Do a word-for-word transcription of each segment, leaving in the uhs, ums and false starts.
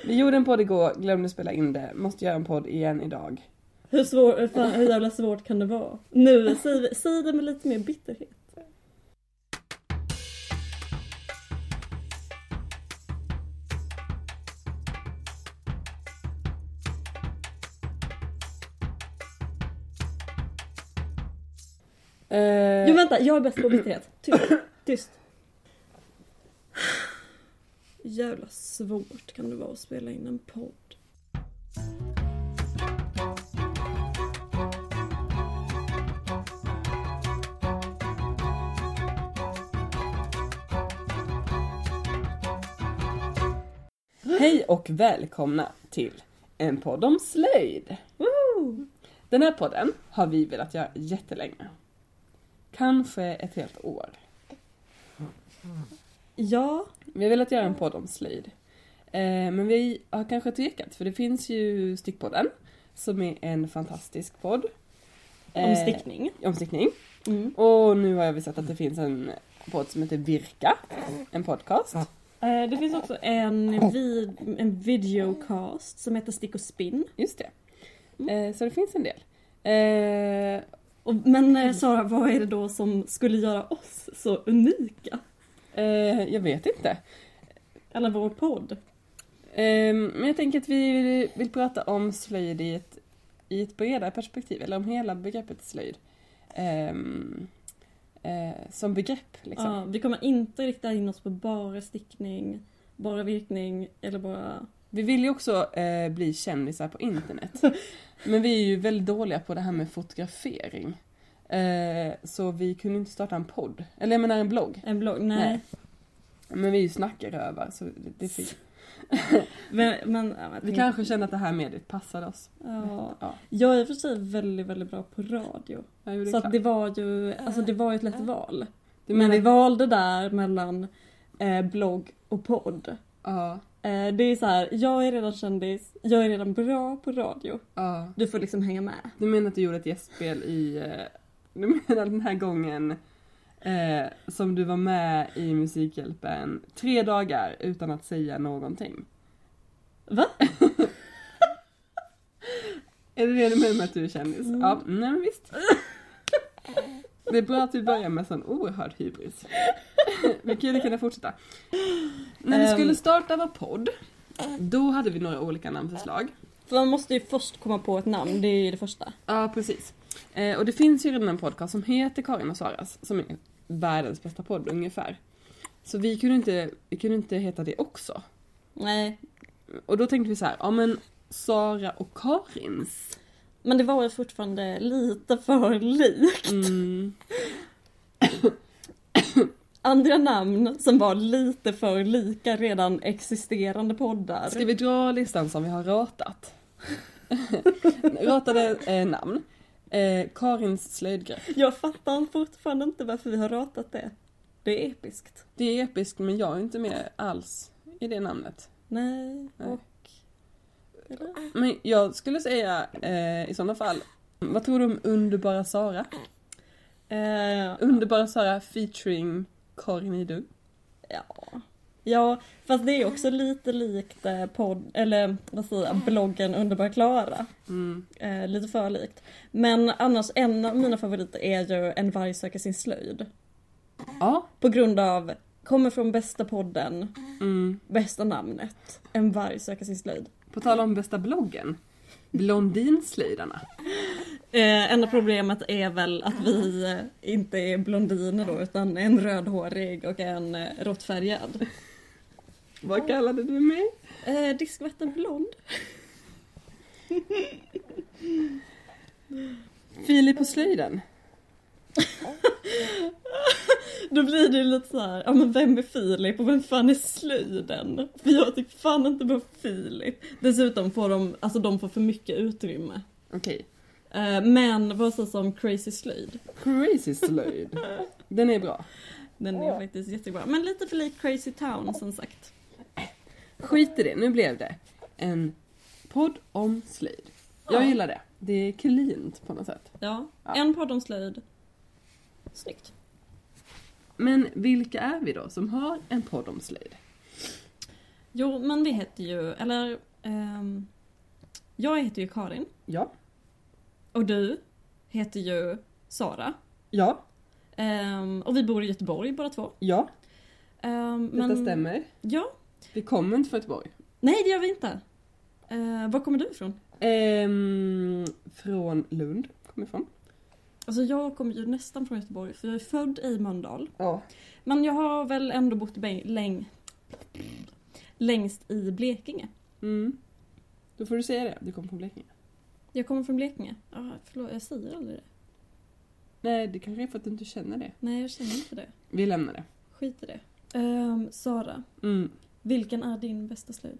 Vi gjorde en podd igår, glömde spela in det. Måste göra en podd igen idag. Hur, svår, fan, hur jävla svårt kan det vara? Nu, säg, säg det med lite mer bitterhet. Uh... Jo, vänta, jag är bäst på bitterhet. Tyst, tyst. Jävla svårt kan det vara att spela in en podd. Hej och välkomna till en podd om slöjd. Woo! Den här podden har vi velat göra jättelänge. Kanske ett helt år. Ja. Vi har velat göra en podd om slöjd. Eh, men vi har kanske tvekat, för det finns ju Stickpodden som är en fantastisk podd. Eh, Om stickning. Om stickning. Mm. Och nu har jag sett att det finns en podd som heter Virka. En podcast. Eh, det finns också en, vid, en videocast som heter Stick och Spin. Just det. Mm. Eh, så det finns en del. Eh, och, men eh, Sara, vad är det då som skulle göra oss så unika? eh, jag vet inte. Eller vår podd. Eh, men jag tänker att vi vill, vill prata om slöjd i ett, i ett bredare perspektiv. Eller om hela begreppet slöjd. Eh, eh, som begrepp liksom. Ja, vi kommer inte rikta in oss på bara stickning, bara virkning eller bara... Vi vill ju också eh, bli kändisar på internet. Men vi är ju väldigt dåliga på det här med fotografering. Eh, så vi kunde inte starta en podd. Eller jag menar en blogg. En blogg, nej. nej. Men vi är ju snackarövar, så det, det är fint. men, men, ja, vi tänkte... kanske känner att det här mediet passar oss. Ja. Ja. Jag är för sig väldigt, väldigt bra på radio. Ja, det så att det var ju alltså det var ett lätt val. Men menar... vi valde där mellan eh, blogg och podd. Ja. Eh, det är så här, jag är redan kändis, jag är redan bra på radio. Ja. Du får liksom hänga med. Du menar att du gjorde ett gästspel i... Eh, du menar den här gången eh, som du var med i Musikhjälpen tre dagar utan att säga någonting. Va? Är det det du menar med att du är kändis? Mm. Ja, nej men visst. Det är bra att vi börjar med sån oerhörd hybris. Vi kan ju kunna fortsätta. När vi skulle starta vår podd, då hade vi några olika namnförslag. För man måste ju först komma på ett namn, det är ju det första. Ja, precis. Eh, och det finns ju redan en podcast som heter Karin och Saras, som är världens bästa podd ungefär. Så vi kunde inte, vi kunde inte heta det också. Nej. Och då tänkte vi så här, ja men Sara och Karins. Men det var ju fortfarande lite för likt. Mm. Andra namn som var lite för lika redan existerande poddar. Ska vi dra listan som vi har ratat? Ratade eh, namn. Eh, Karins slöjdgrepp. Jag fattar fortfarande inte varför vi har ratat det. Det är episkt. Det är episkt, men jag är inte med alls i det namnet. Nej, Nej. och... Eller? Men jag skulle säga eh, i sådana fall, vad tror du om Underbara Sara? Eh, Underbara Sara featuring Karin Idung. Ja. Ja, fast det är också lite likt eh, podd, eller vad säger jag, bloggen Underbara Klara. Mm. Eh, lite för likt. Men annars, en av mina favoriter är ju En varg söker sin slöjd. Ja. På grund av, kommer från bästa podden, Mm. bästa namnet, En varg söker sin slöjd. På tal om bästa bloggen, Blondinslöjdarna. Eh, enda problemet är väl att vi eh, inte är blondiner då, utan en rödhårig och en eh, råttfärgad. Vad kallade du mig? Eh, diskvattenblond. Filip på slöjden. Då blir det ju lite så här, ja men vem är Filip och vem fan är slöjden? För jag tycker fan inte på Filip. Dessutom får de, alltså de får för mycket utrymme. Okej. Eh, men vad så som Crazy Slöjd. Crazy slöjd. Den är bra. Den är faktiskt jättebra. Men lite för lik Crazy Town som sagt. Skit i det, nu blev det en podd om slöjd. Jag Ja. gillar det. Det är cleant på något sätt. Ja, Ja. en podd om slöjd. Snyggt. Men vilka är vi då som har en podd om slöjd? Jo, men vi heter ju, eller ehm, jag heter ju Karin. Ja. Och du heter ju Sara. Ja. Ehm, och vi bor i Göteborg båda två. Ja. Ehm, Detta men, stämmer. Ja. Vi kommer inte från Göteborg. Nej, det gör vi inte. Ehm, var kommer du ifrån? Ehm, från Lund kommer ifrån. Alltså jag kommer ju nästan från Göteborg, för jag är född i Mölndal. Ja. Men jag har väl ändå bott bäng- läng- längst i Blekinge. Mm. Då får du säga det. Du kommer från Blekinge. Jag kommer från Blekinge. Ah, förlåt, jag säger aldrig det. Nej, det kanske är för att du inte känner det. Nej, jag känner inte det. Vi lämnar det. Skit i det. Ehm, Sara, Mm. vilken är din bästa slöjd?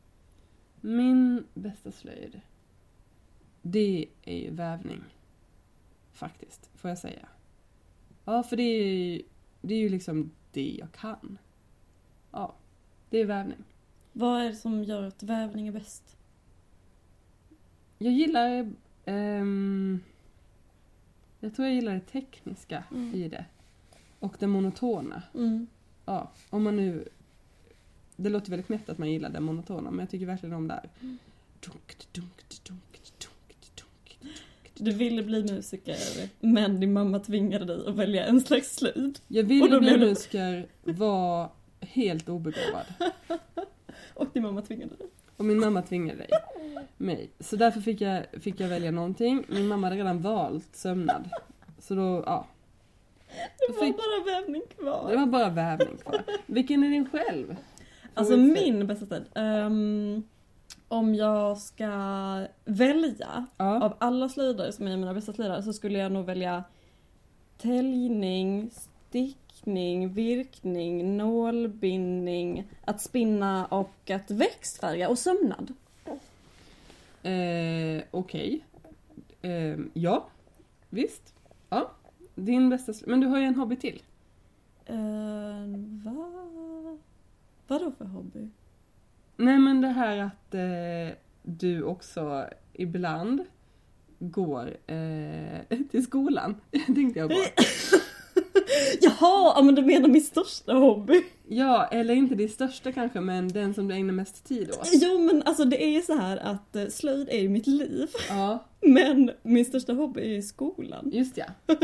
Min bästa slöjd, det är ju vävning. Faktiskt, får jag säga. Ja, för det är ju, det är ju liksom det jag kan. Ja, det är vävning. Vad är det som gör att vävning är bäst? Jag gillar... ehm, jag tror jag gillar det tekniska Mm. i det. Och det monotona. Mm. Ja, om man nu... Det låter väldigt mätt att man gillar det monotona, men jag tycker verkligen om det här. Mm. Dunk, dunk, dunk, dunk, dunk, dunk. Du ville bli musiker, men din mamma tvingade dig att välja en slags slöjd. Jag Och ville då bli blev det- musiker, var helt obegåvad. Och din mamma tvingade dig. Och min mamma tvingade dig, mig. Så därför fick jag, fick jag välja någonting. Min mamma hade redan valt sömnad. Så då, ja. Det var Fick- bara vävning kvar. Det var bara vävning kvar. Vilken är din själv? Alltså Får vi se. min bästa slöjd. Ehm, om jag ska välja Ja. av alla slöjder som är mina bästa slöjder, så skulle jag nog välja täljning, stickning, virkning, nålbindning, att spinna och att växtfärga och sömnad. Eh, Okej. Eh, ja, visst. Ja, din bästa... sl- Men du har ju en hobby till. Uh, va? Vadå för hobby? Nej, men det här att eh, du också ibland går eh, till skolan. Tänkte jag på. Jaha, ja, men du menar min största hobby? Ja, eller inte det största kanske, men den som du ägnar mest tid åt. Jo, men alltså det är ju så här att eh, slöjd är ju mitt liv. Ja, Men min största hobby är i skolan. just ja.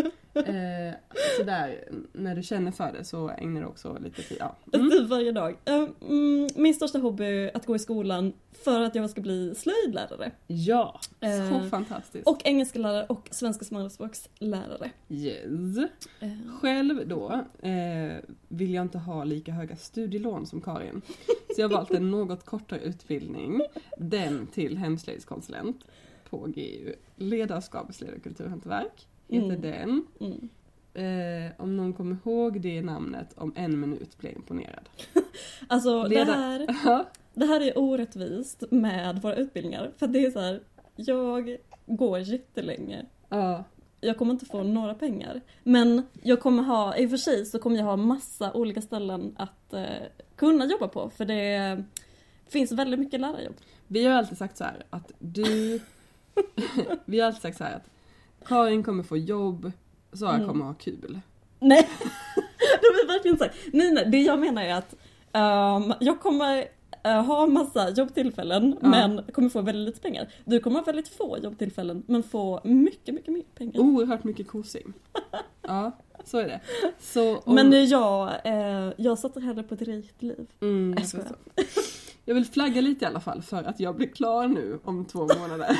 Eh, så där, när du känner för det så ägnar du också lite tid. Ja. Mm. Typ varje dag. Eh, mm, min största hobby är att gå i skolan för att jag ska bli slöjdlärare. Ja, så Eh, fantastiskt. Och engelska lärare och svenska som andraspråkslärare. Yes. Eh, Själv då eh, vill jag inte ha lika höga studielån som Karin. Så jag har valt en något kortare utbildning. Den till hemslöjdskonsulent på G U. Ledarskapsled och kulturhantverk heter Mm. den. Mm. Eh, om någon kommer ihåg det namnet om en minut blir jag imponerad. Alltså det Leda- här, Ja. det här är orättvist med våra utbildningar. För att det är så här, jag går jättelänge. Ja. Jag kommer inte få några pengar. Men jag kommer ha, i och för sig så kommer jag ha massa olika ställen att eh, kunna jobba på. För det finns väldigt mycket lärarjobb. Vi har alltid sagt så här att du... Vi har alltid sagt så här att Karin kommer få jobb, Sara Mm. kommer ha kul. Nej, de är verkligen så här. Nej, nej, det jag menar är att um, jag kommer uh, ha massa jobbtillfällen Ja. men kommer få väldigt lite pengar. Du kommer ha väldigt få jobbtillfällen men få mycket, mycket mer pengar. Oerhört mycket kosing. Ja, så är det. Så om... Men jag, uh, jag satsar hellre på ett rikt liv. Mm, Jag jag, skojar. förstår. Jag vill flagga lite i alla fall för att jag blir klar nu om två månader.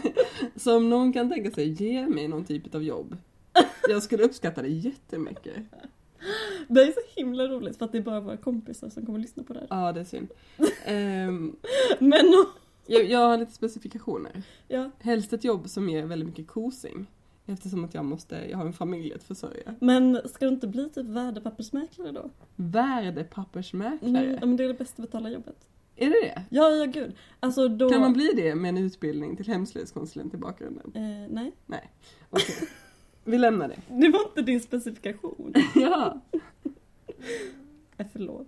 Så om någon kan tänka sig ge mig någon typ av jobb. Jag skulle uppskatta det jättemycket. Det är så himla roligt för att det är bara våra kompisar som kommer lyssna på det här. Ja, det är synd. Ehm, Men jag, jag har lite specifikationer. ja, Helst ett jobb som ger väldigt mycket kosing. Eftersom att jag måste, jag har en familj att försörja. men ska du inte bli typ värdepappersmäklare då? Värdepappersmäklare. Mm, ja, men det är det bästa betalda jobbet. Är det det? Ja, ja gud. Alltså då... Kan man bli det med en utbildning till hemslöjdskonsulent i bakgrunden? Eh, nej. Nej. Okej. Vi lämnar det. Det var inte din specifikation. Ja. Eh, förlåt.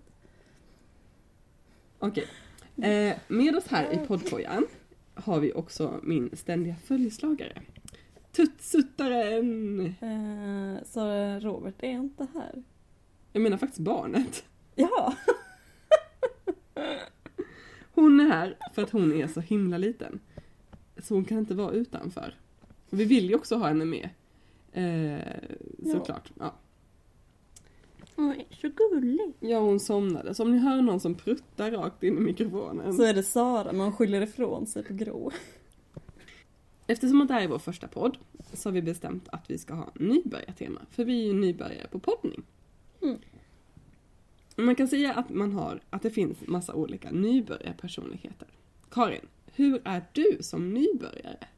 Okej. Eh, med oss här i poddkojan har vi också min ständiga följeslagare. Tuttsuttaren! Eh, så Robert är inte här. Jag menar faktiskt barnet. Ja. Hon är här för att hon är så himla liten. Så hon kan inte vara utanför. Och vi vill ju också ha henne med. Eh, såklart, ja. Hon är så gullig. Ja, hon somnade. Så om ni hör någon som pruttar rakt in i mikrofonen. Så är det Sara, man skyller ifrån sig på Gro. Eftersom att det här är vår första podd så har vi bestämt att vi ska ha nybörjartema. För vi är ju nybörjare på poddning. Mm. Man kan säga att man har, att det finns massa olika nybörjarpersonligheter. Karin, hur är du som nybörjare?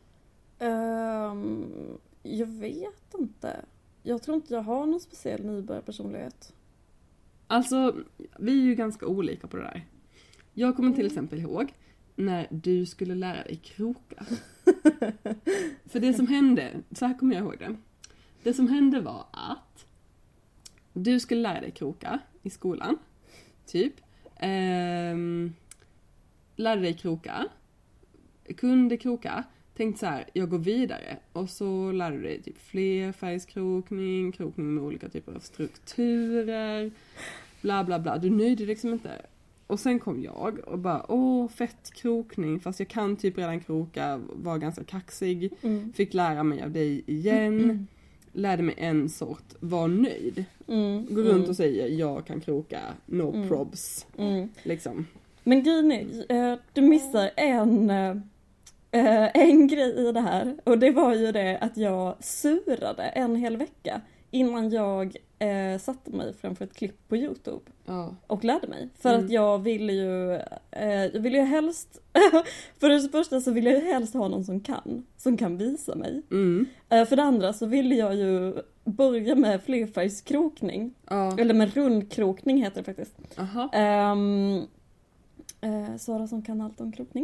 Um, jag vet inte. Jag tror inte jag har någon speciell nybörjarpersonlighet. Alltså, vi är ju ganska olika på det där. Jag kommer till exempel ihåg när du skulle lära dig kroka. För det som hände, så här kommer jag ihåg det. Det som hände var att du skulle lära dig kroka i skolan. Typ. Ehm, lärde dig kroka. Kunde kroka. Tänkte så här, jag går vidare. Och så lärde du dig typ flerfärgskrokning. Krokning med olika typer av strukturer. Bla bla bla. Du nöjde liksom inte. Och sen kom jag och bara, åh, fett krokning. Fast jag kan typ redan kroka. Var ganska kaxig. Mm. Fick lära mig av dig igen. Mm. Lärde mig en sort. Var nöjd. Mm. Gå runt mm. och säger, jag kan kroka. No mm. probs. Mm. Liksom. Men Gini, du missar en, en grej i det här. Och det var ju det att jag surade en hel vecka. Innan jag eh, satte mig framför ett klipp på YouTube. Oh. Och lärde mig. För mm. att jag ville ju... Eh, jag ville ju helst... för det första så ville jag ju helst ha någon som kan. Som kan visa mig. Mm. Eh, för det andra så ville jag ju börja med flerfärgskrokning. Oh. Eller med rundkrokning heter det faktiskt. Uh-huh. Um, eh, Sara som kan allt om krokning.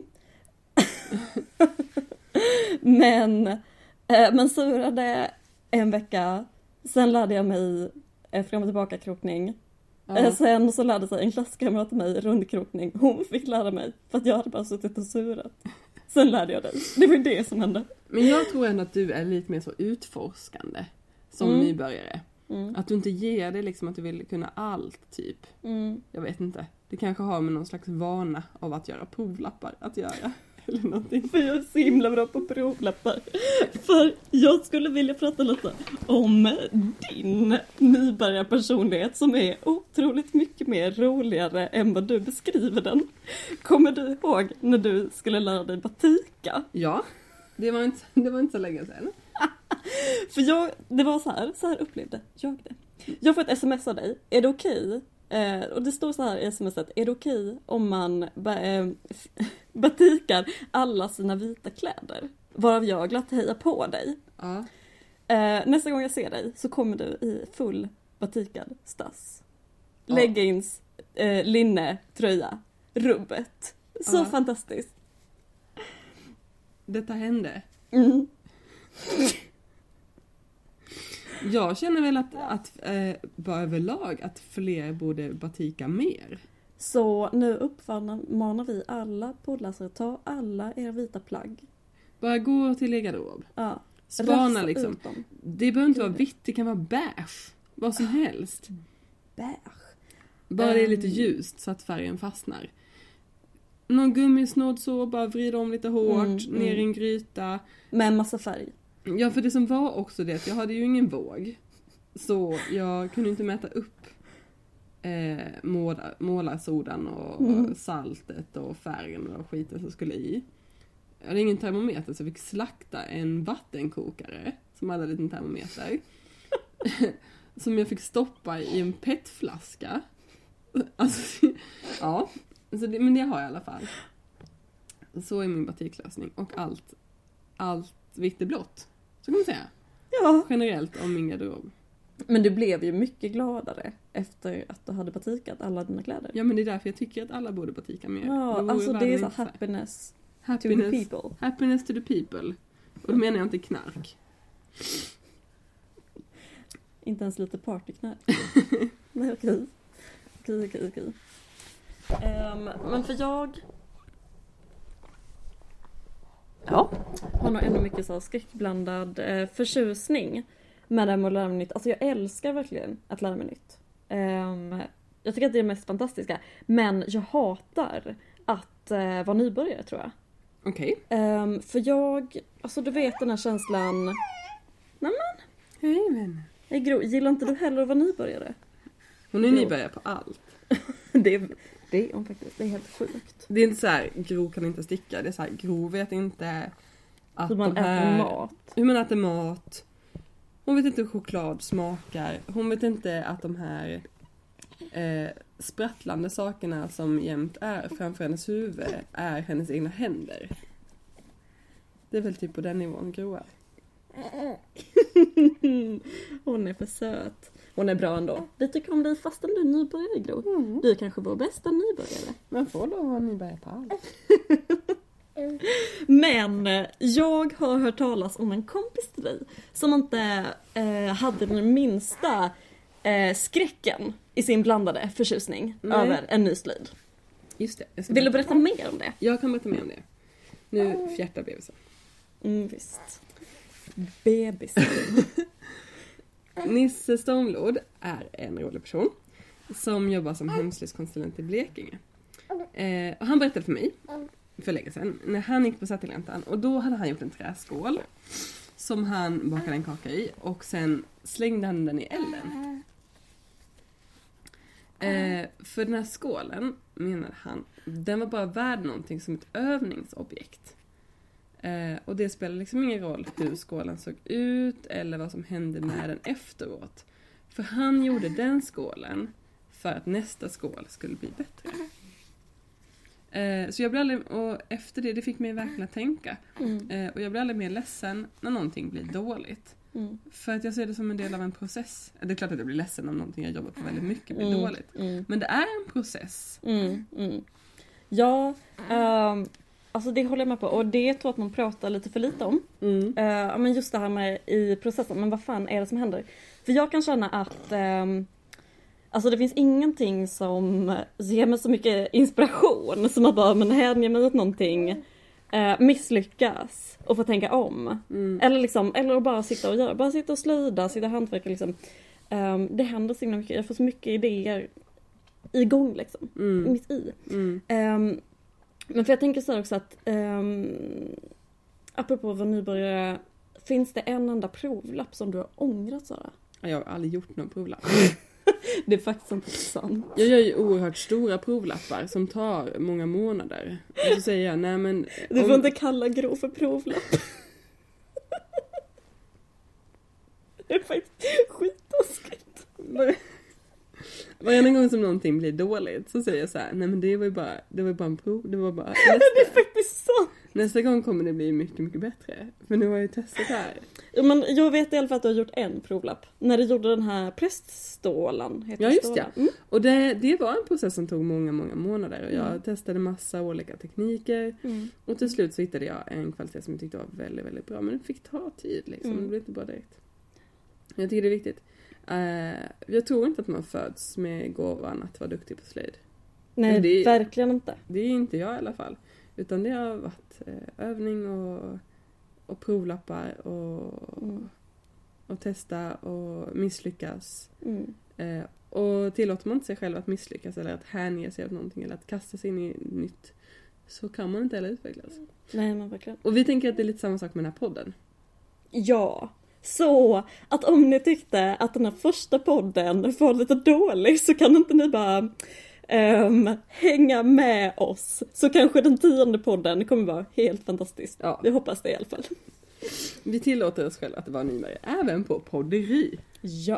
men... Eh, men surade en vecka... Sen lärde jag mig fram och tillbaka krokning. Ja. Sen så lärde sig en klasskamrat till mig rundkrokning. Hon fick lära mig för att jag hade bara suttit och surat. Sen lärde jag dig. Det var det som hände. Men jag tror ändå att du är lite mer så utforskande som mm. nybörjare. Mm. Att du inte ger dig liksom att du vill kunna allt typ. Mm. Jag vet inte. Det kanske har med någon slags vana av att göra provlappar att göra. Eller någonting. För jag är så himla bra på provlappar. För jag skulle vilja prata lite om din nybörjarpersonlighet som är otroligt mycket mer roligare än vad du beskriver den. Kommer du ihåg när du skulle lära dig batika? Ja, det var inte, det var inte så länge sedan. För jag, det var så här, så här upplevde jag det. Jag får ett sms av dig. Är det okej? Eh, och det står så här i smset. Är det okej om man ba- eh, batikar alla sina vita kläder? Varav jag glatt hejar på dig. Uh. Eh, nästa gång jag ser dig så kommer du i full batikad stass. Uh. Leggings, eh, linne, tröja, rubbet. Så uh. fantastiskt. Detta hände. Mm. Jag känner väl att, att eh, bara överlag att fler borde batika mer. Så nu uppmanar vi alla poddläsare, ta alla era vita plagg. Bara gå till er garderob. Ja. Spana liksom. Det behöver inte vara vitt, det kan vara beige. Vad som helst. Beige. Bara um... det är lite ljust så att färgen fastnar. Någon gummisnodd så, bara vrida om lite hårt, mm, ner i en gryta. Med en massa färg. Ja, för det som var också det att jag hade ju ingen våg. Så jag kunde inte mäta upp eh, måla, målarsodan och mm. saltet och färgen och skiten som skulle i. Jag hade ingen termometer så jag fick slakta en vattenkokare som hade en liten termometer. Som jag fick stoppa i en petflaska. Alltså, ja, så det, men det har jag i alla fall. Så är min batiklösning. Och allt, allt vitt är blått. Så kan man säga. Ja. Generellt om min garderob. Men du blev ju mycket gladare efter att du hade batikat alla dina kläder. Ja, men det är därför jag tycker att alla borde batika mer. Ja, alltså det är så happiness, happiness to the people. Happiness to the people. Och då menar jag inte knark. Inte ens lite partyknark. Nej, okej. Okej, okej, okej. Um, men för jag... Ja, har nog ännu mycket så skräckblandad eh, förtjusning med det med att lära mig nytt. Alltså jag älskar verkligen att lära mig nytt. Um, jag tycker att det är det mest fantastiska. Men jag hatar att uh, vara nybörjare, tror jag. Okej. Okay. Um, för jag, alltså du vet den här känslan... Nämen. Hej vän. Hej Gro, gillar inte du heller att vara nybörjare? Hon är Gro. Nybörjare på allt. det, är, det är hon faktiskt, det är helt sjukt. Det är inte så här, Gro kan inte sticka. Det är så här, Gro vet inte att hur man de här, äter mat. Hur man äter mat. Hon vet inte hur choklad smakar. Hon vet inte att de här eh, sprattlande sakerna som jämt är framför hennes huvud är hennes egna händer. Det är väl typ på den nivån Gro är. Hon är för söt. Hon är bra ändå. Vi tycker om dig fastän du är nybörjare, Gro. Mm. Du är kanske vår bästa nybörjare. Man får då vara nybörjare på allt. Men jag har hört talas om en kompis till dig som inte eh, hade den minsta eh, skräcken i sin blandade förtjusning Nej. över en ny slöjd. Just det. Vill du berätta mer om det? Jag kan berätta mer om det. Nu fjärtar bebisen. Mm, visst. Bebis. Nisse Stormlord är en rolig person som jobbar som hemslöjdskonsulent i Blekinge. Eh, och han berättade för mig för länge sedan när han gick på Sättigläntan, och då hade han gjort en träskål som han bakade en kaka i och sen slängde han den i elden. Eh, för den här skålen, menade han, den var bara värd någonting som ett övningsobjekt. Eh, och det spelar liksom ingen roll hur skålen såg ut eller vad som hände med den efteråt. För han gjorde den skålen för att nästa skål skulle bli bättre. Eh, så jag blev aldrig, och efter det, det fick mig verkligen att tänka. Mm. Eh, och jag blir aldrig mer ledsen när någonting blir dåligt. Mm. För att jag ser det som en del av en process. Det är klart att jag blir ledsen om någonting jag jobbat på väldigt mycket blir mm. dåligt. Mm. Men det är en process. Mm. Mm. Ja, um, alltså det håller jag med på. Och det tror jag att man pratar lite för lite om. Mm. Uh, men just det här med i processen. Men vad fan är det som händer? För jag kan känna att... Um, Alltså det finns ingenting som ger mig så mycket inspiration som att bara, men hänger mig åt någonting, eh, misslyckas och få tänka om. Mm. Eller liksom, eller bara sitta och göra, bara sitta och slöjda, sitta och hantverka liksom. Um, det händer så himla mycket, jag får så mycket idéer igång liksom, mm. mitt i. Mm. Um, men för jag tänker så här också att, um, apropå vad nybörjare, finns det en enda provlapp som du har ångrat, Sara? Jag har aldrig gjort någon provlapp. Det är faktiskt inte sant. Jag gör ju oerhört stora provlappar som tar många månader. Och så säger jag, nej men... Du får om... inte kalla Gro för provlapp. Det är faktiskt skitaskigt. Varje gång som någonting blir dåligt så säger jag så här, nej men det var ju bara, det var bara en prov. Det var bara nästa. Det är faktiskt sant. Nästa gång kommer det bli mycket, mycket bättre. För nu har jag ju testat här. Ja, men jag vet i alla fall att du har gjort en provlapp. När du gjorde den här präststålan. Heter ja, just det. Mm. Och det, det var en process som tog många, många månader. Och jag mm. testade massa olika tekniker. Mm. Och till slut så hittade jag en kvalitet som jag tyckte var väldigt, väldigt bra. Men det fick ta tid liksom. Mm. Det blev inte bara direkt. Jag tycker det är viktigt. Uh, jag tror inte att man föds med gåvan att vara duktig på slöjd. Nej, det, verkligen inte. Det är inte jag i alla fall. Utan det har varit eh, övning och, och provlappar och, mm. och testa och misslyckas. Mm. Eh, och tillåter man inte sig själv att misslyckas eller att hänge sig åt någonting eller att kasta sig in i nytt, så kan man inte heller utvecklas. Nej, men verkligen. Och vi tänker att det är lite samma sak med den här podden. Ja, så att om ni tyckte att den här första podden var lite dålig så kan inte ni bara... Um, hänga med oss, så kanske den tionde podden kommer vara helt fantastisk. Ja. Vi hoppas det i alla fall. Vi tillåter oss själva att vara nybörjare även på podderi. Ja.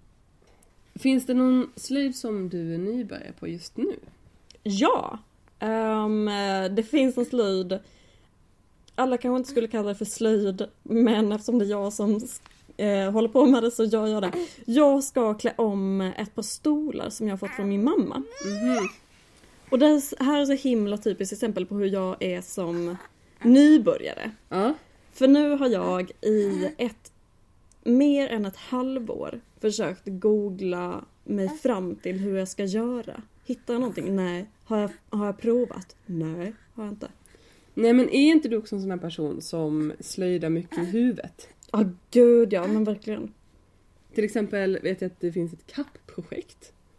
Finns det någon slöjd som du är nybörjare på just nu? Ja. Um, det finns en slöjd. Alla kanske inte skulle kalla det för slöjd, men eftersom det är jag som Eh, håller på med det så gör jag det. Jag ska klä om ett par stolar som jag har fått från min mamma. Mm-hmm. Och det här är så himla typiskt exempel på hur jag är som nybörjare. Uh. För nu har jag i ett mer än ett halvår försökt googla mig fram till hur jag ska göra. Hittar jag någonting? Nej. Har jag, har jag provat? Nej, har jag inte. Nej, men är inte du också en sån här person som slöjdar mycket i huvudet? Ja, oh, gud ja, men verkligen. Till exempel vet jag att det finns ett kappprojekt.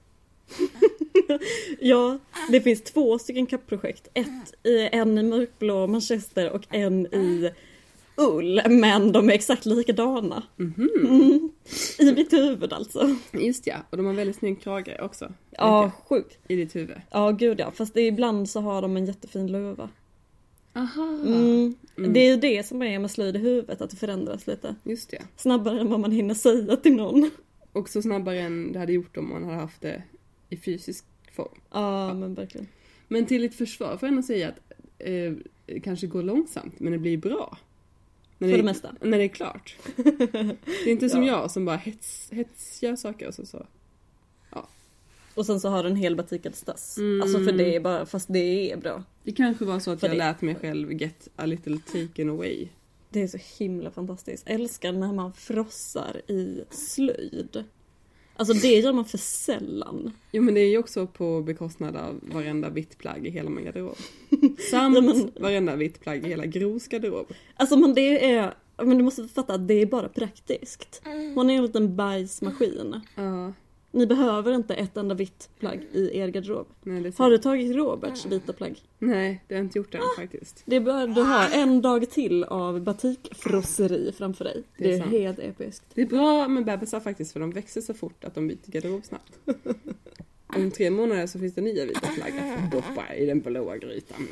Ja, det finns två stycken kappprojekt. Ett i, en i mörkblå manchester och en i ull. Men de är exakt likadana. Mm-hmm. Mm. I mitt huvud alltså. Just ja, och de har väldigt snygg krage också. Ja, sjukt. I ditt huvud. Ja, gud ja. Fast det, ibland så har de en jättefin luva. Aha. Mm. Mm. Det är ju det som är med slöjd i huvudet, att det förändras lite. Just det. Snabbare än vad man hinner säga till någon. Och så snabbare än det hade gjort om man hade haft det i fysisk form. Ja, men verkligen. Men till ditt försvar får jag ändå säga att eh, det kanske går långsamt, men det blir bra. När För det, det mesta. När det är klart. Det är inte som Ja. jag som bara hets, hets gör saker och så så. Och sen så har du en hel batikad stass. Mm. Alltså för det är bara, fast det är bra. Det kanske var så att För jag det- lät mig själv get a little taken away. Det är så himla fantastiskt. Jag älskar när man frossar i slöjd. Alltså det gör man för sällan. Jo, men det är ju också på bekostnad av varenda vitt plagg i hela min garderob. Samt Ja, men- varenda vitt plagg i hela Gros garderob. Alltså men det är, men du måste fatta att det är bara praktiskt. Hon är en liten bajsmaskin. Ja, Ni behöver inte ett enda vitt plagg i er garderob. nej det är sant. Har du tagit Roberts vita plagg? Nej, det har jag inte gjort än faktiskt. Det bör du ha en dag till av batikfrosseri framför dig. Det Det är är, sant. helt episkt. Det är bra med bebisar faktiskt, för de växer så fort att de byter garderob snabbt. Om tre månader så finns det nya vita plagg att doppa i den blåa grytan.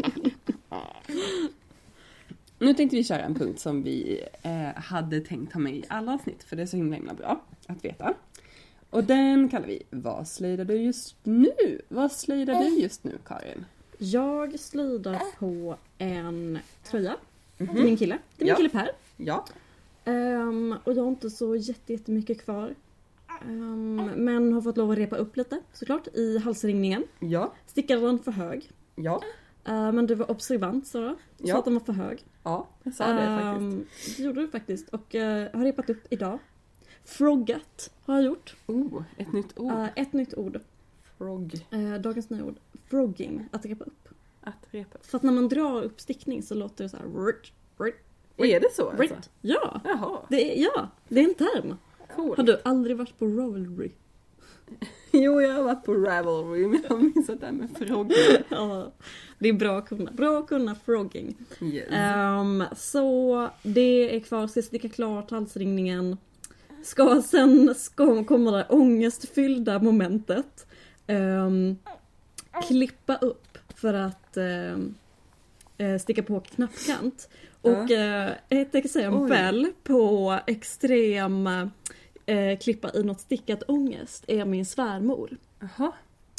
Nu tänkte vi köra en punkt som vi eh, hade tänkt ha med i alla avsnitt, för det är så himla, himla bra att veta. Och den kallar vi Vad slöjdar du just nu? Vad slöjdar du just nu, Karin? Jag slöjdar på en tröja Mhm. till min kille. Till min Ja. kille Per. Ja. Ehm, och jag har inte så jätte- jättemycket kvar. Ehm, men har fått lov att repa upp lite såklart i halsringningen. Ja. Stickade den för hög. Ja. Ehm, men du var observant Sara. Du Ja. sa att den var för hög. Ja, jag sa det faktiskt. Ehm, det gjorde du faktiskt. Och eh, har repat upp idag. Froggat har jag gjort. Oh, ett nytt ord. Eh, ett nytt ord. Frog. Eh, dagens nya ord. Frogging. Att repa upp. Att repa. För att när man drar upp stickning så låter det så här. Ritt, ritt, Är det så alltså? ritt. Ja, Jaha, det är, ja, det är en term. cool. Har du aldrig varit på Ravelry? Jo, jag har varit på Ravelry, men jag har missat det här med frågor. Ja, det är bra att kunna. Bra att kunna frogging. Yes. Ehm, så det är kvar, ska sticka klart halsringningen. Ska sen ska komma det ångestfyllda momentet. Ehm, klippa upp för att ehm, eh, sticka på knappkant. Och eh, ett exempel på extrem eh, klippa i något stickat ångest är min svärmor. Jaha.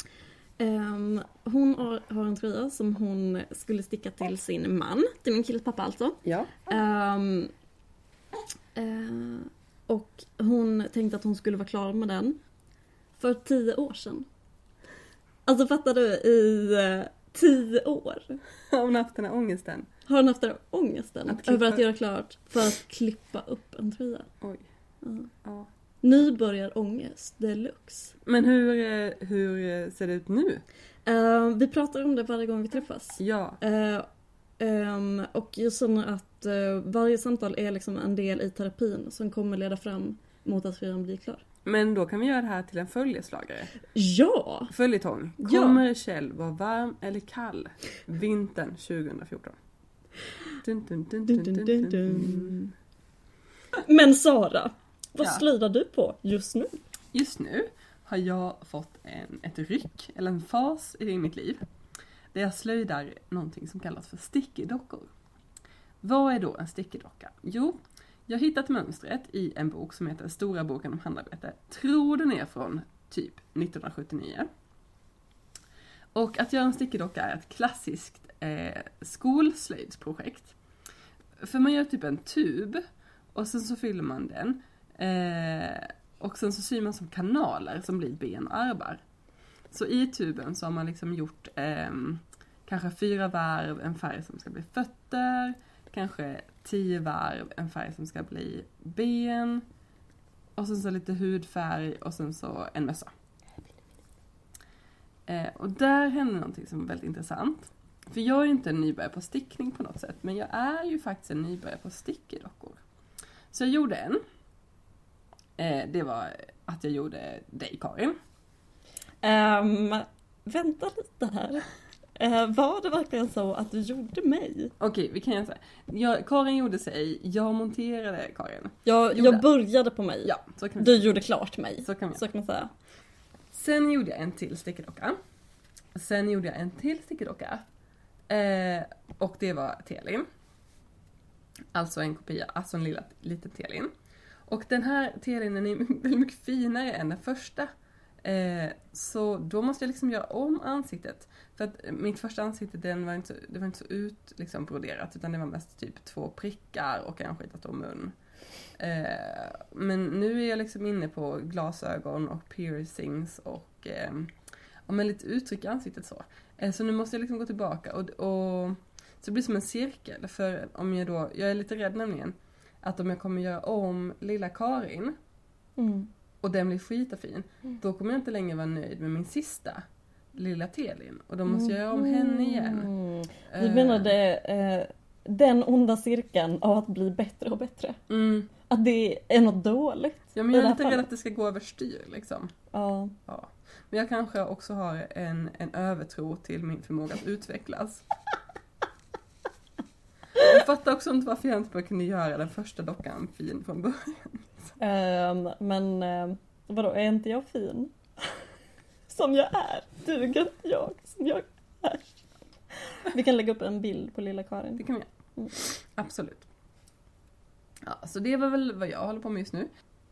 Um, hon har, har en tröja som hon skulle sticka till sin man, till min killes pappa alltså. Ja. Um, uh, och hon tänkte att hon skulle vara klar med den för tio år sedan. Alltså fattar du, i uh, tio år Har hon haft den här ångesten? har hon haft den här ångesten Att klippa- över att göra klart för att klippa upp en tröja. Oj. Ja. Ja. Nybörjarångest deluxe. Men hur, eh, hur eh, ser det ut nu? Uh, vi pratar om det varje gång vi träffas. Ja. Uh, um, och jag känner att uh, varje samtal är liksom en del i terapin som kommer leda fram mot att tröjan blir klar. Men då kan vi göra det här till en följeslagare. Ja! Följetong. Ja. Kommer Kjell vara varm eller kall? Vintern tjugo fjorton. Dun, dun, dun, dun, dun, dun, dun. Men Sara, vad Ja. slöjdar du på just nu? Just nu har jag fått en, ett ryck, eller en fas i mitt liv. Där jag slöjdar någonting som kallas för sticky-dockor. Vad är då en sticky-docka? Jo, jag har hittat mönstret i en bok som heter Stora boken om handarbete. Tror den är från typ nittonhundrasjuttionio. Och att göra en sticky-docka är ett klassiskt eh, skolslöjdsprojekt. För man gör typ en tub och sen så fyller man den. Eh, och sen så syr man som kanaler som blir ben och armar. Så i tuben så har man liksom gjort eh, kanske fyra varv, en färg som ska bli fötter. Kanske tio varv, en färg som ska bli ben. Och sen så lite hudfärg och sen så en mössa. Eh, och där hände någonting som var väldigt intressant. För jag är inte en nybörjare på stickning på något sätt. Men jag är ju faktiskt en nybörjare på sticky-dockor. Så jag gjorde en. Eh, det var att jag gjorde dig, Karin. Um, vänta lite här. Uh, var det verkligen så att du gjorde mig? Okej, vi kan göra så här. Jag, Karin gjorde sig, jag monterade Karin. Jag, jag började på mig. Ja, så kan vi Du säga. gjorde klart mig. Så kan vi. Så kan man säga. Sen gjorde jag en till stickedocka. Sen gjorde jag en till stickedocka. Eh, och det var Telin. Alltså en kopia, alltså en lilla, liten Telin. Och den här Telinen är väldigt mycket finare än den första. Eh, så då måste jag liksom göra om ansiktet. För att mitt första ansikte, den var inte, det var inte så ut liksom broderat, utan det var mest typ två prickar och kanske ett om mun. Eh, men nu är jag liksom inne på glasögon och piercings och eh, om jag lite uttryck i ansiktet så. Eh, så nu måste jag liksom gå tillbaka och, och så det blir som en cirkel. För om jag då, jag är lite rädd nämligen att om jag kommer göra om lilla Karin Mm. och den blir skitafin, Mm. då kommer jag inte längre vara nöjd med min sista lilla Telin. Och då måste jag göra om henne igen. Mm. Eh, Du menade eh, den onda cirkeln av att bli bättre och bättre. Mm. Att det är något dåligt. Ja, men i jag det är här lite rädd fallet. att det ska gå överstyr liksom. Ja. Ja. Men jag kanske också har en, en övertro till min förmåga att utvecklas. Jag fattar också inte varför jag inte bara kunde göra den första dockan fin från början. Um, men um, vadå, är inte jag fin? Som jag är. Duger inte jag som jag är. Vi kan lägga upp en bild på lilla Karin. Det kan vi göra. Mm. Absolut. Ja, så det var väl vad jag håller på med just nu.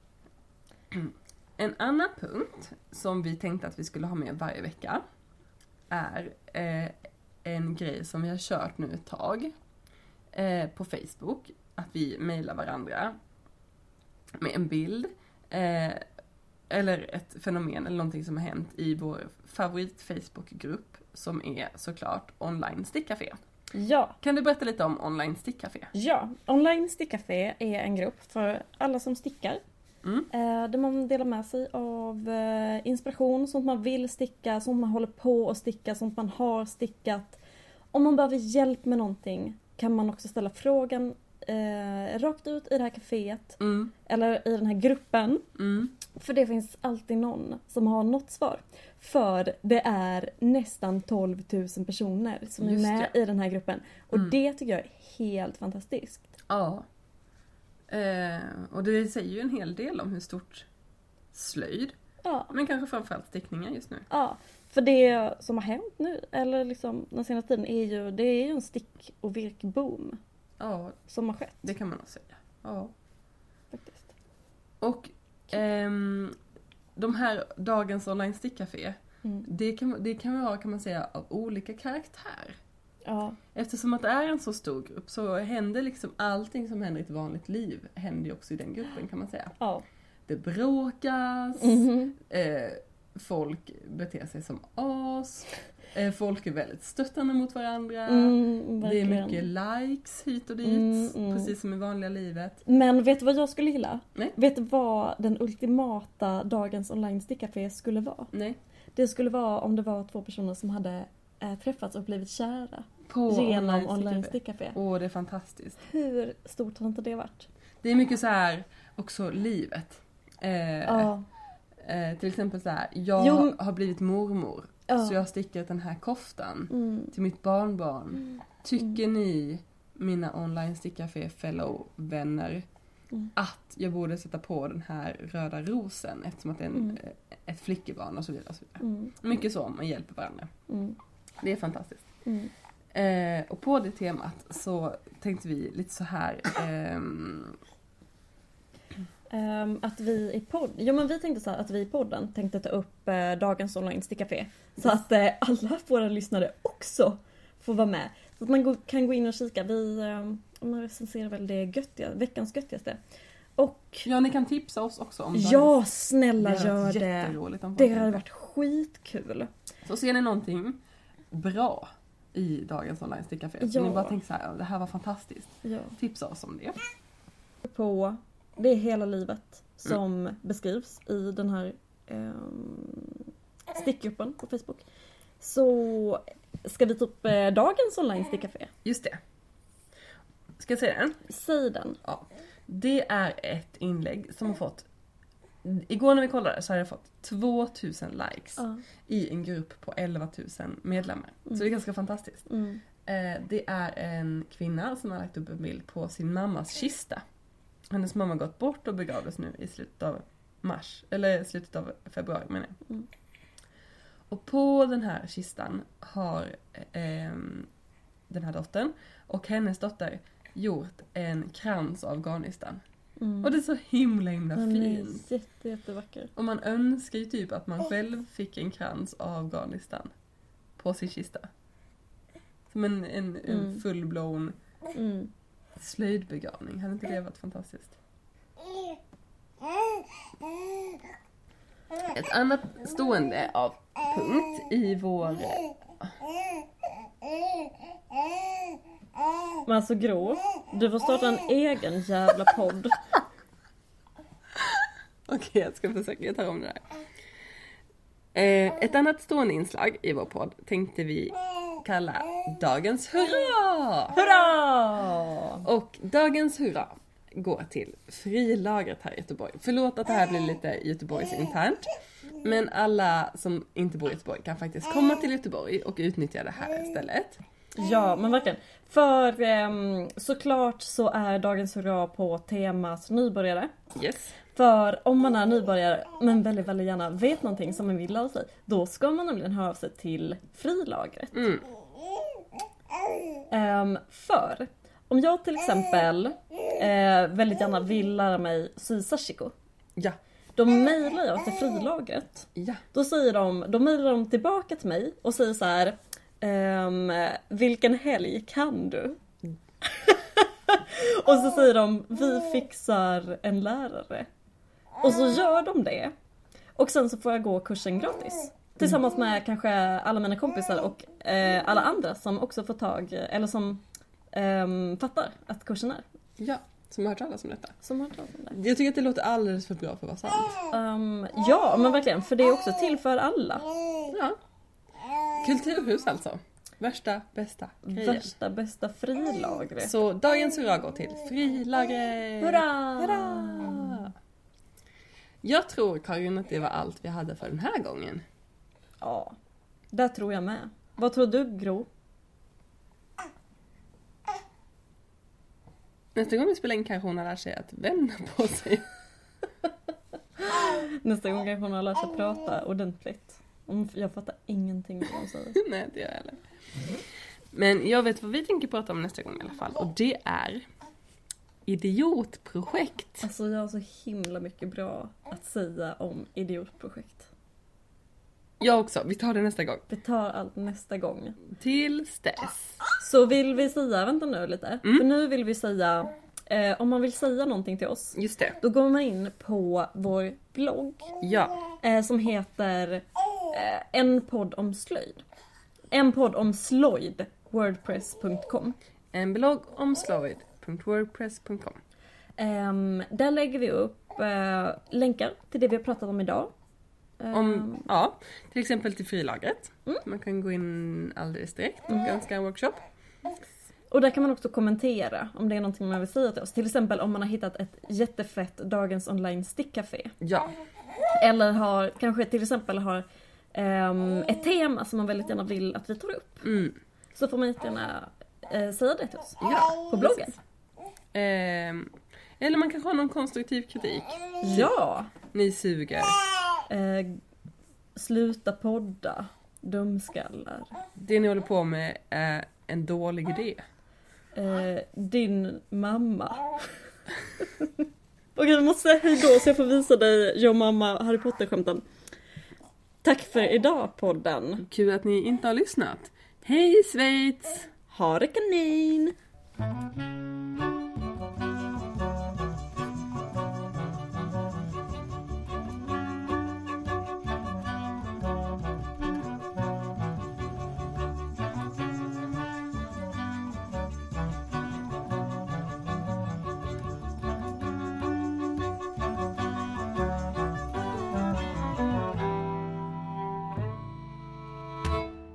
En annan punkt som vi tänkte att vi skulle ha med varje vecka är eh, en grej som vi har kört nu ett tag eh, på Facebook. Att vi mejlar varandra med en bild eh, eller ett fenomen eller någonting som har hänt i vår favorit Facebookgrupp som är såklart Online Stickcafé. Ja. Kan du berätta lite om Online Stickcafé? Ja, Online Stickcafé är en grupp för alla som stickar. Mm. Eh, där man delar med sig av eh, inspiration, sånt man vill sticka, sånt man håller på att sticka, sånt man har stickat. Om man behöver hjälp med någonting kan man också ställa frågan eh, rakt ut i det här kaféet Mm. eller i den här gruppen. Mm. För det finns alltid någon som har något svar. För det är nästan tolv tusen personer som Just är med det. i den här gruppen. Och Mm. det tycker jag är helt fantastiskt. Ja. Eh, och det säger ju en hel del om hur stort slöjd, Ja. men kanske framförallt stickningar just nu. Ja, för det som har hänt nu, eller liksom den senaste tiden, är ju, det är ju en stick- och virkboom Ja, som har skett. det kan man nog säga. Ja. Faktiskt. Och ehm, de här dagens online stickcafé, Mm. det kan, det kan vara, kan man säga, av olika karaktär. Ja. Eftersom att det är en så stor grupp så händer liksom allting som händer i ett vanligt liv händer ju också i den gruppen, kan man säga. Ja. Det bråkas, Mhm. eh, folk beter sig som as, eh, folk är väldigt stöttande mot varandra, Mm, det är verkligen. mycket likes hit och dit, Mm, mm. precis som i vanliga livet. Men vet du vad jag skulle gilla? Nej. Vet du vad den ultimata dagens online stickcafé skulle vara? Nej. Det skulle vara om det var två personer som hade äh, träffats och blivit kära På genom online online stickcafé. stickcafé. Åh, det är fantastiskt. Hur stort har inte det varit? Det är mycket så här också livet. Eh, Ja. eh, till exempel så här, jag Jo. har blivit mormor, Ja. så jag har stickat den här koftan Mm. till mitt barnbarn. Tycker ni, mina online stickcafé fellow-vänner, Mm. att jag borde sätta på den här röda rosen eftersom att det är en, Mm. eh, ett flickebarn och så vidare. Och så vidare. Mm. Mycket så, man hjälper varandra. Mm. Det är fantastiskt. Mm. Eh, och på det temat så tänkte vi lite så här. ehm, Um, att vi i podd, jo men vi tänkte så här, att vi i podden tänkte ta upp eh, dagens online stickcafé. Så att eh, alla våra lyssnare också får vara med. Så att man go- kan gå in och kika. Vi eh, man recenserar väl det göttiga, veckans göttigaste. Och ja, ni kan tipsa oss också om ja, snälla Det hade gör varit det. jätteroligt om folk Det gjorde hade det. varit skitkul. Så ser ni någonting bra i dagens online stickcafé. Ja. Så ni bara tänker så här, det här var fantastiskt. Ja. Tipsa oss om det. På det är hela livet som beskrivs i den här um, stickgruppen på Facebook. Så ska vi ta upp eh, dagens online stickcafé. Just det. Ska jag säga den? Säg den. Ja. Det är ett inlägg som har fått igår när vi kollade så har jag fått tvåtusen likes Ja. i en grupp på elva tusen medlemmar. Mm. Så det är ganska fantastiskt. Mm. Eh, det är en kvinna som har lagt upp en bild på sin mammas kista. Hennes mamma har gått bort och begravdes nu i slutet av mars, eller slutet av februari menar jag. Mm. Och på den här kistan har eh, den här dottern och hennes dotter gjort en krans av garnnystan. Mm. Och det är så himla himla Den är fint. jätte, jättevacker. Och man önskar ju typ att man själv fick en krans av garnnystan på sin kista. Som en, en, en Mm. fullblown Mm. slöjdbegravning. Hade inte det varit fantastiskt? Ett annat stående av punkt i vår... Men alltså Gro, du får starta en egen jävla podd. Okej, jag ska försöka ta om det här. Eh, ett annat stående inslag i vår podd tänkte vi kalla Dagens Hurra! Hurra! Och Dagens Hurra går till Frilagret här i Göteborg. Förlåt att det här blir lite Göteborgs internt. Men alla som inte bor i Göteborg kan faktiskt komma till Göteborg och utnyttja det här stället. Ja, men verkligen. För um, såklart så är Dagens Hurra på temat nybörjare. Yes. För om man är nybörjare men väldigt, väldigt gärna vet någonting som man vill lära sig, då ska man nämligen höra av sig till Frilagret. Mm. Um, för om jag till exempel uh, väldigt gärna vill lära mig sy sashiko, Ja. då mejlar jag till Frilagret. Ja. Då säger de, då mejlar de tillbaka till mig och säger så här: ehm, vilken helg kan du? Och så säger de, vi fixar en lärare. Och så gör de det. Och sen så får jag gå kursen gratis. Tillsammans med kanske alla mina kompisar och eh, alla andra som också får tag, eller som eh, fattar att kursen är. Ja, som har hört talas om detta. Som har talat om det. Jag tycker att det låter alldeles för bra för att vara sant. Um, ja, men verkligen. För det är också till för alla. Ja. Kulturhus alltså. Värsta, bästa grejen. Värsta, bästa Frilagret. Så dagens hurra går till Frilagret. Hurra! Hurra! Jag tror, Karin, att det var allt vi hade för den här gången. Ja, det tror jag med. Vad tror du, Gro? Nästa gång vi spelar in kanske hon har lärt sig att vända på sig. Nästa gång kanske hon har lärt sig prata ordentligt. Jag fattar ingenting vad hon säger. Nej, det gör jag heller. Men jag vet vad vi tänker prata om nästa gång i alla fall. Och det är idiotprojekt. Alltså jag har så himla mycket bra att säga om idiotprojekt. Jag också, vi tar det nästa gång. Vi tar allt nästa gång. Tills dess. Så vill vi säga, vänta nu lite. Mm. För nu vill vi säga, eh, om man vill säga någonting till oss. Just det. Då går man in på vår blogg. Ja. Eh, som heter eh, En podd om slöjd. En podd om slöjd. Wordpress punkt com. En blogg om slöjd punkt wordpress punkt com. Um, där lägger vi upp uh, länkar till det vi har pratat om idag. Um, Om, ja, till exempel till Frilagret. Mm. Man kan gå in alldeles direkt och Mm. önska en workshop. Och där kan man också kommentera om det är någonting man vill säga till oss. Till exempel om man har hittat ett jättefett Dagens Online stickcafé. Ja. Eller har, kanske till exempel har um, ett tema som man väldigt gärna vill att vi tar upp. Mm. Så får man gärna uh, säga det till oss. Ja. På bloggen. Ehm, eller man kanske har någon konstruktiv kritik. Ja! Ni suger. Uh, sluta podda. Dumskallar. Det ni håller på med är en dålig idé. Uh, din mamma. Okej, vi måste säga hej då så jag får visa dig jag mamma Harry Potter-skämten. Tack för idag, podden. Kul att ni inte har lyssnat. Hej Schweiz! Ha det kanin!